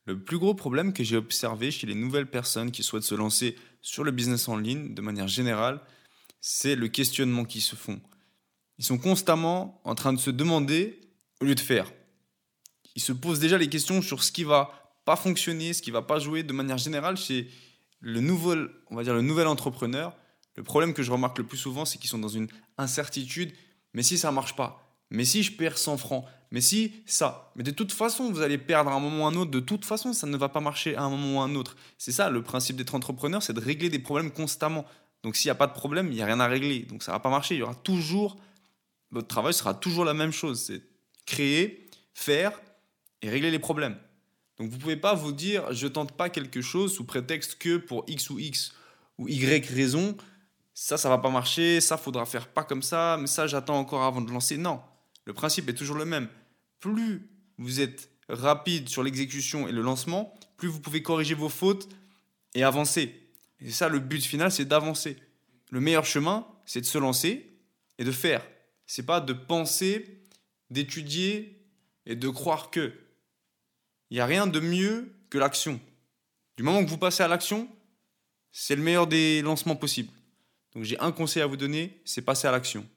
Le plus gros problème que j'ai observé chez les nouvelles personnes qui souhaitent se lancer sur le business en ligne de manière générale, c'est le questionnement qu'ils se font. Ils sont constamment en train de se demander au lieu de faire. Ils se posent déjà les questions sur ce qui va pas fonctionner, ce qui va pas jouer de manière générale chez le nouvel entrepreneur. Le problème que je remarque le plus souvent, c'est qu'ils sont dans une incertitude. Mais si ça marche pas, mais si je perds 100 francs, mais si ça, mais de toute façon, vous allez perdre à un moment ou à un autre. De toute façon, ça ne va pas marcher à un moment ou à un autre. C'est ça le principe d'être entrepreneur, c'est de régler des problèmes constamment. Donc s'il n'y a pas de problème, il n'y a rien à régler. Donc ça ne va pas marcher. Il y aura toujours, votre travail sera toujours la même chose. C'est créer, faire et régler les problèmes. Donc vous ne pouvez pas vous dire je tente pas quelque chose sous prétexte que pour X ou Y raison, ça va pas marcher, ça faudra faire pas comme ça, mais ça j'attends encore avant de lancer. Non, le principe est toujours le même. Plus vous êtes rapide sur l'exécution et le lancement, plus vous pouvez corriger vos fautes et avancer. Et ça, le but final, c'est d'avancer. Le meilleur chemin, c'est de se lancer et de faire. C'est pas de penser, d'étudier et de croire que. Il n'y a rien de mieux que l'action. Du moment que vous passez à l'action, c'est le meilleur des lancements possibles. Donc j'ai un conseil à vous donner, c'est passer à l'action.